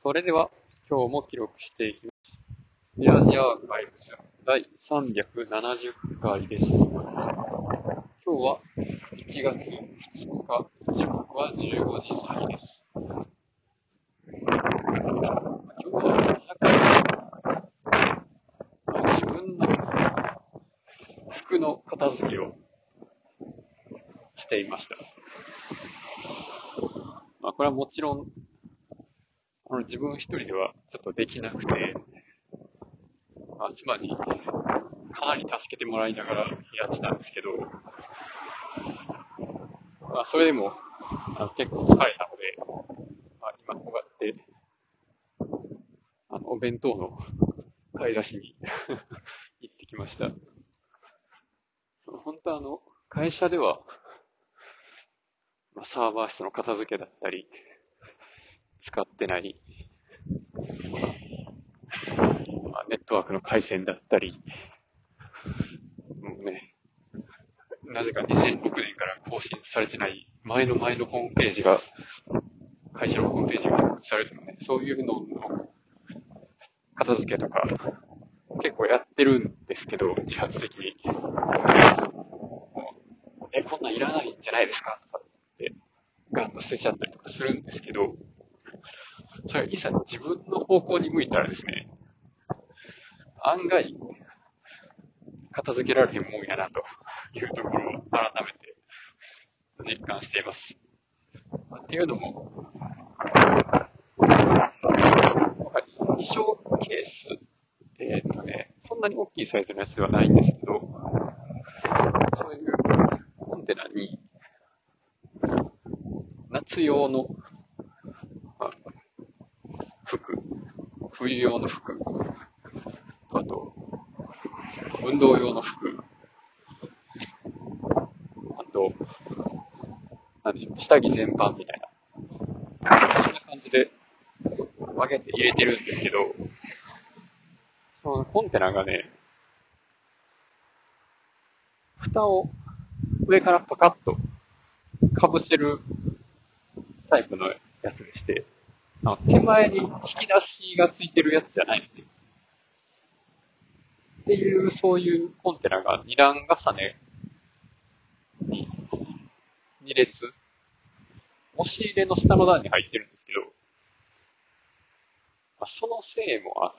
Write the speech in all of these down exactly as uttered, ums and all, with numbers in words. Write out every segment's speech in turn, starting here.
それでは、今日も記録していきます。スペアジアーカイブスだいさんびゃくななじゅっかいです。今日はいちがつふつか、時刻はじゅうごじ過ぎです。今日は自分の服の片付けをしていました。まあ、これはもちろん、あの自分一人ではちょっとできなくて、まあ、妻にかなり助けてもらいながらやってたんですけど、まあ、それでもあの結構疲れたので、まあ、今こうやってあのお弁当の買い出しに行ってきました。本当はあの会社ではサーバー室の片付けだったり、使ってない、まあ、ネットワークの回線だったり、もうね、なぜかにせんろくねんから更新されてない前の前のホームページが、会社のホームページがされてるのね、そういうのの片付けとか結構やってるんですけど、自発的に。え、こんなんいらないんじゃないですかとかってガンと捨てちゃったりとかするんですけど、それいざ自分の方向に向いたらですね、案外片付けられへんもんやなというところを改めて実感しています。っていうのも、衣装ケース、えーっとね、そんなに大きいサイズのやつではないんですけど、そういうコンテナに夏用の、まあ、服、冬用の服、あと運動用の服、あと、なんでしょう、下着全般みたいな、そんな感じで分けて入れてるんですけど、そのコンテナがね、蓋を上からパカッとかぶせるタイプのやつでして、あの手前に引き出しがついてるやつじゃないんですね。っていう、そういうコンテナがに段重ねにに列、押し入れの下の段に入ってるんですけど、まあ、そのせいもあって、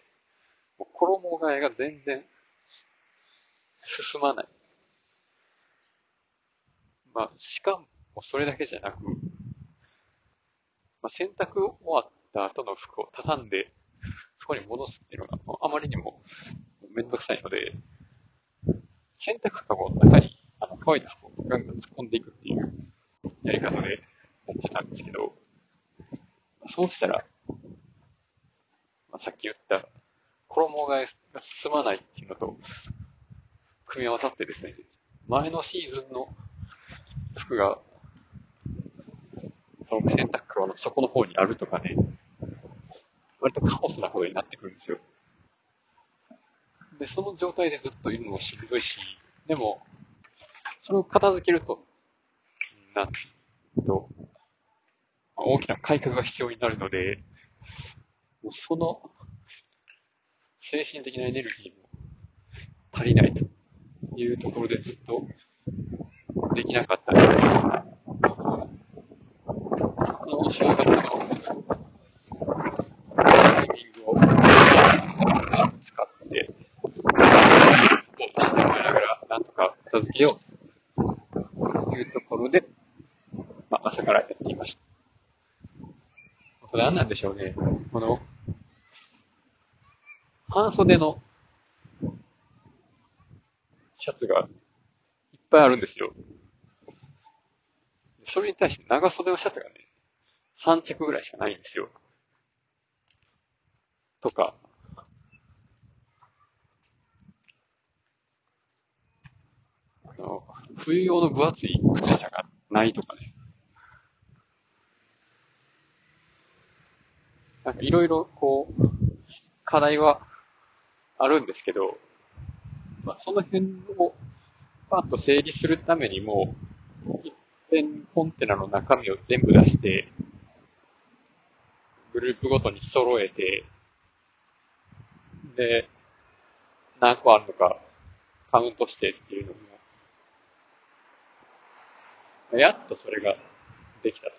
もう衣替えが全然進まない。まあ、しかもそれだけじゃなく、まあ、洗濯終わった後の服を畳んで、そこに戻すっていうのが、あまりにもめんどくさいので、洗濯かごの中にあの乾いた服をガンガン突っ込んでいくっていうやり方でやってたんですけど、そうしたら、まあ、さっき言った衣替えが進まないっていうのと組み合わさってですね、前のシーズンの服がその洗濯かごの底の方にあるとかね、割とカオスなことになってくるんですよ。で、その状態でずっといるのもしんどいし、でも、それを片付けると、なんと、大きな改革が必要になるので、もうその精神的なエネルギーも足りないというところでずっとできなかったんですけど、このお正月のタイミングを使って、サポートしてもらいながら、なんとか片付けようというところで、まあ、朝からやっていました。これ何なんでしょうね。この、半袖のシャツがいっぱいあるんですよ。それに対して長袖のシャツがね、さん着ぐらいしかないんですよ。とか、あの、冬用の分厚い靴下がないとかね。なんかいろいろこう、課題はあるんですけど、まあ、その辺をパッと整理するためにも、一遍コンテナの中身を全部出して、 グループごとに揃えて、で、何個あるのかカウントしてっていうのも、やっとそれができたと。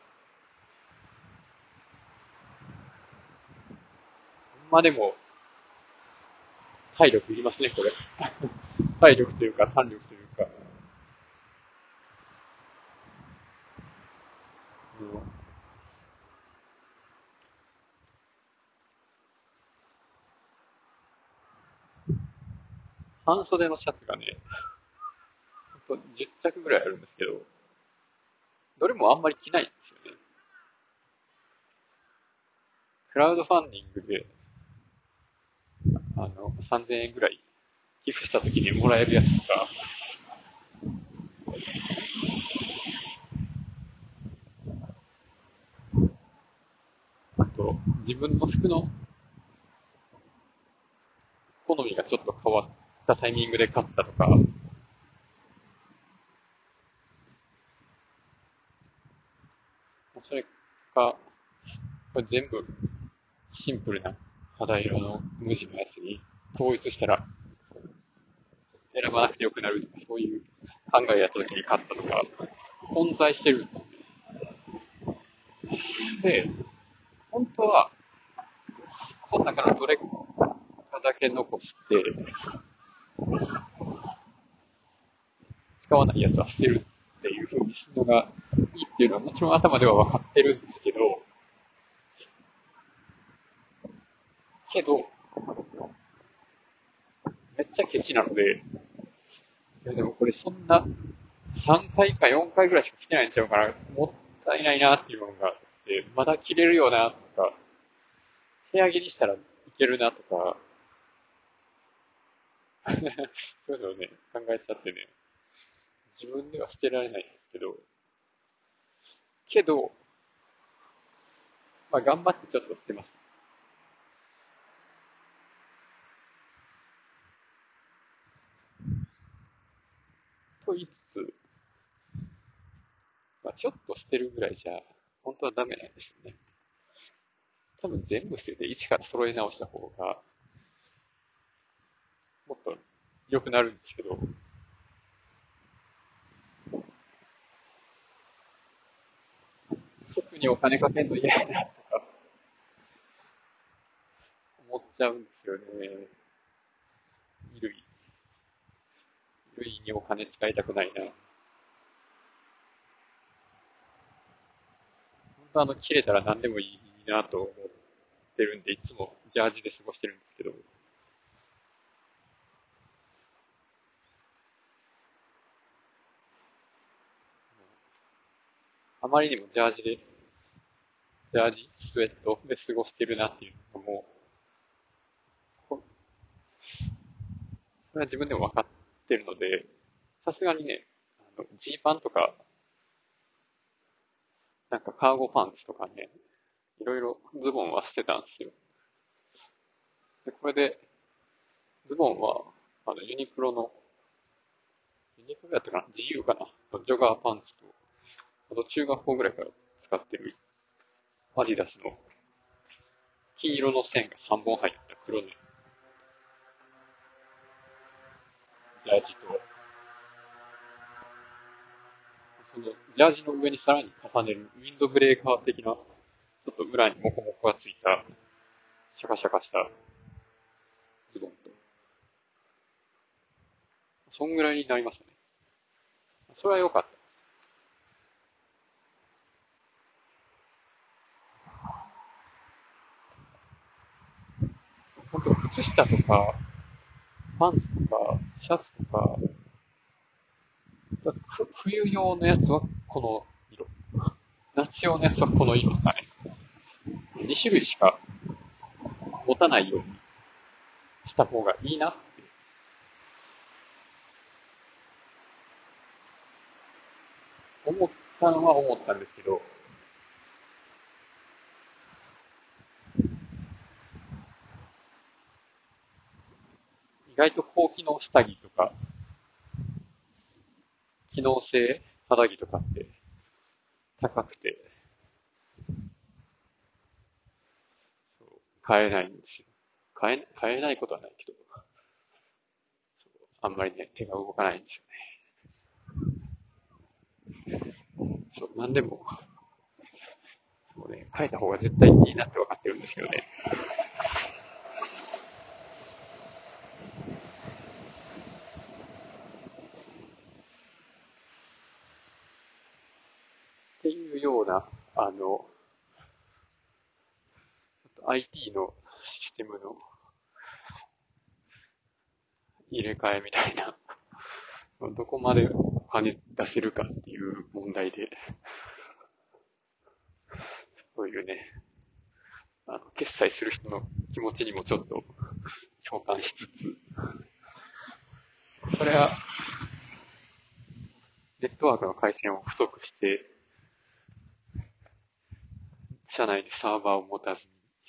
まあでも、体力いりますね、これ。体力というか、胆力というか。うん、半袖のシャツがね、ほんとじゅっちゃくぐらいあるんですけど、どれもあんまり着ないんですよね。クラウドファンディングで、あの、さんぜんえんぐらい寄付した時にもらえるやつとか、あと、自分の服の好みがちょっと変わったタイミングで買ったとか、それか、これ全部シンプルな肌色の無地のやつに統一したら選ばなくてよくなるとか、そういう考えやった時に買ったとか、混在してるんですよね。で、本当は、その中のどれかだけ残して、使わないやつは捨てるっていう風にするのがいいっていうのはもちろん頭では分かってるんですけど、けど、めっちゃケチなので、いやでもこれそんなさんかいかよんかいぐらいしか着てないんちゃうから、もったいないなっていうのがあって、まだ着れるよなとか、部屋着にしたらいけるなとか、そういうのをね、考えちゃってね、自分では捨てられないんですけど、けど、まあ頑張ってちょっと捨てます。と言いつつ、まあちょっと捨てるぐらいじゃ、本当はダメなんですよね。多分全部捨てて一から揃え直した方が、もっと良くなるんですけど、特にお金かけるの嫌だなとか思っちゃうんですよね。衣類。衣類にお金使いたくないな。本当あの、切れたら何でもいいなと思ってるんで、いつもジャージで過ごしてるんですけど、あまりにもジャージで、ジャージ、スウェットで過ごしてるなっていうのがもう、これは自分でも分かってるので、さすがにね、あの、ジーパンとか、なんかカーゴパンツとかね、いろいろズボンは捨てたんですよ。で、これで、ズボンは、あの、ユニクロの、ユニクロやったかな自由かなジョガーパンツと、あと中学校ぐらいから使ってるアディダスの金色の線がさんぼん入った黒のジャージと、そのジャージの上にさらに重ねるウィンドブレーカー的な、ちょっと裏にモコモコがついた、シャカシャカしたズボンと、そんぐらいになりましたね。それは良かった。本当靴下とか、パンツとか、シャツとか、冬用のやつはこの色。夏用のやつはこの色とかね。に種類しか持たないようにした方がいいなって思ったのは思ったんですけど、意外と高機能下着とか、機能性肌着とかって高くて、 買えないんですよ。買え、買えないことはないけど、あんまりね、手が動かないんですよね。そう、なんでも、そうね、変えた方が絶対いいなって分かってるんですけどね。っていうような、あの、アイティー のシステムの入れ替えみたいな、どこまでお金出せるかっていう問題で、そういうね、あの、決済する人の気持ちにもちょっと共感しつつ、それはネットワークの回線を太くして、社内でサーバーを持たず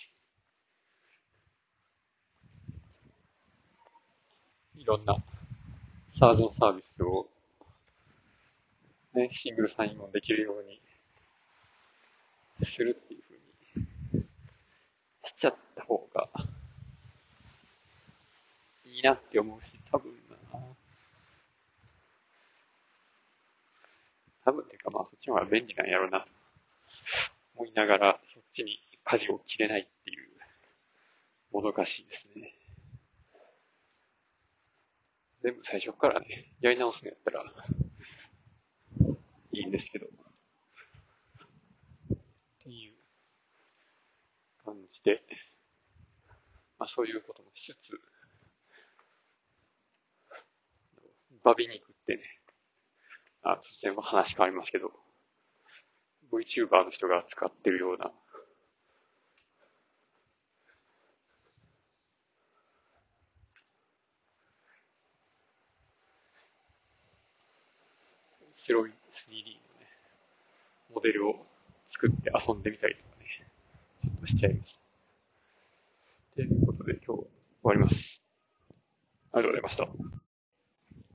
に、いろんなサージョンサービスを、ね、シングルサインオンできるようにするっていう風にしちゃった方がいいなって思うし、多分な、多分っていうかまあそっちの方が便利なんやろうなと思いながら、そっちに舵を切れないっていうもどかしいですね。全部最初からね、やり直すのやったらいいんですけど、っていう感じで、まあそういうこともしつつ、バビ肉ってね、あ、突然話変わりますけど、VTuber の人が使ってるような、白い スリーディー のね、モデルを作って遊んでみたりとかね、ちょっとしちゃいます。ということで今日終わります。ありがとうございました。